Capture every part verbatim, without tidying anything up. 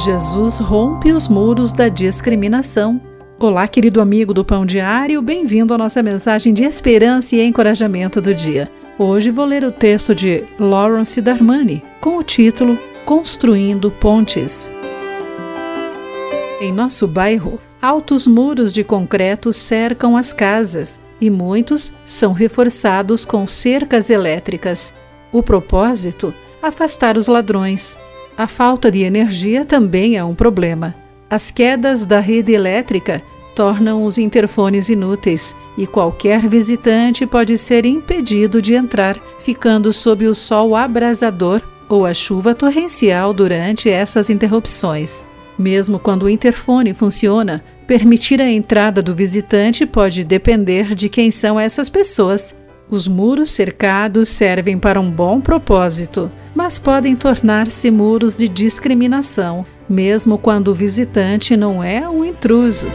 Jesus rompe os muros da discriminação. Olá, querido amigo do Pão Diário, bem-vindo à nossa mensagem de esperança e encorajamento do dia. Hoje vou ler o texto de Lawrence Darmani, com o título Construindo Pontes. Em nosso bairro, altos muros de concreto cercam as casas e muitos são reforçados com cercas elétricas. O propósito? Afastar os ladrões. A falta de energia também é um problema. As quedas da rede elétrica tornam os interfones inúteis e qualquer visitante pode ser impedido de entrar, ficando sob o sol abrasador ou a chuva torrencial durante essas interrupções. Mesmo quando o interfone funciona, permitir a entrada do visitante pode depender de quem são essas pessoas. Os muros cercados servem para um bom propósito, mas podem tornar-se muros de discriminação, mesmo quando o visitante não é um intruso.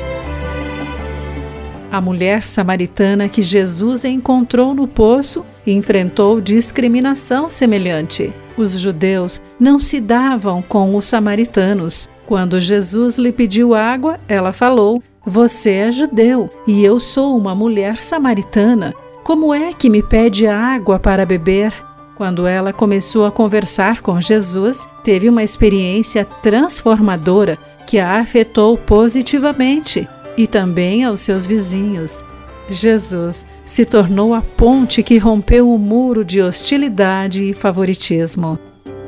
A mulher samaritana que Jesus encontrou no poço enfrentou discriminação semelhante. Os judeus não se davam com os samaritanos. Quando Jesus lhe pediu água, ela falou: "Você é judeu e eu sou uma mulher samaritana. Como é que me pede água para beber?" Quando ela começou a conversar com Jesus, teve uma experiência transformadora que a afetou positivamente e também aos seus vizinhos. Jesus se tornou a ponte que rompeu o muro de hostilidade e favoritismo.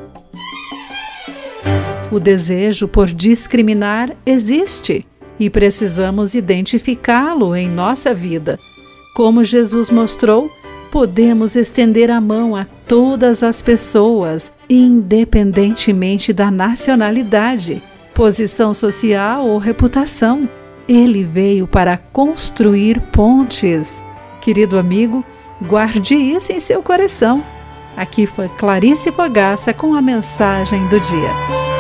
O desejo por discriminar existe e precisamos identificá-lo em nossa vida. Como Jesus mostrou, podemos estender a mão a todas as pessoas, independentemente da nacionalidade, posição social ou reputação. Ele veio para construir pontes. Querido amigo, guarde isso em seu coração. Aqui foi Clarice Fogaça com a mensagem do dia.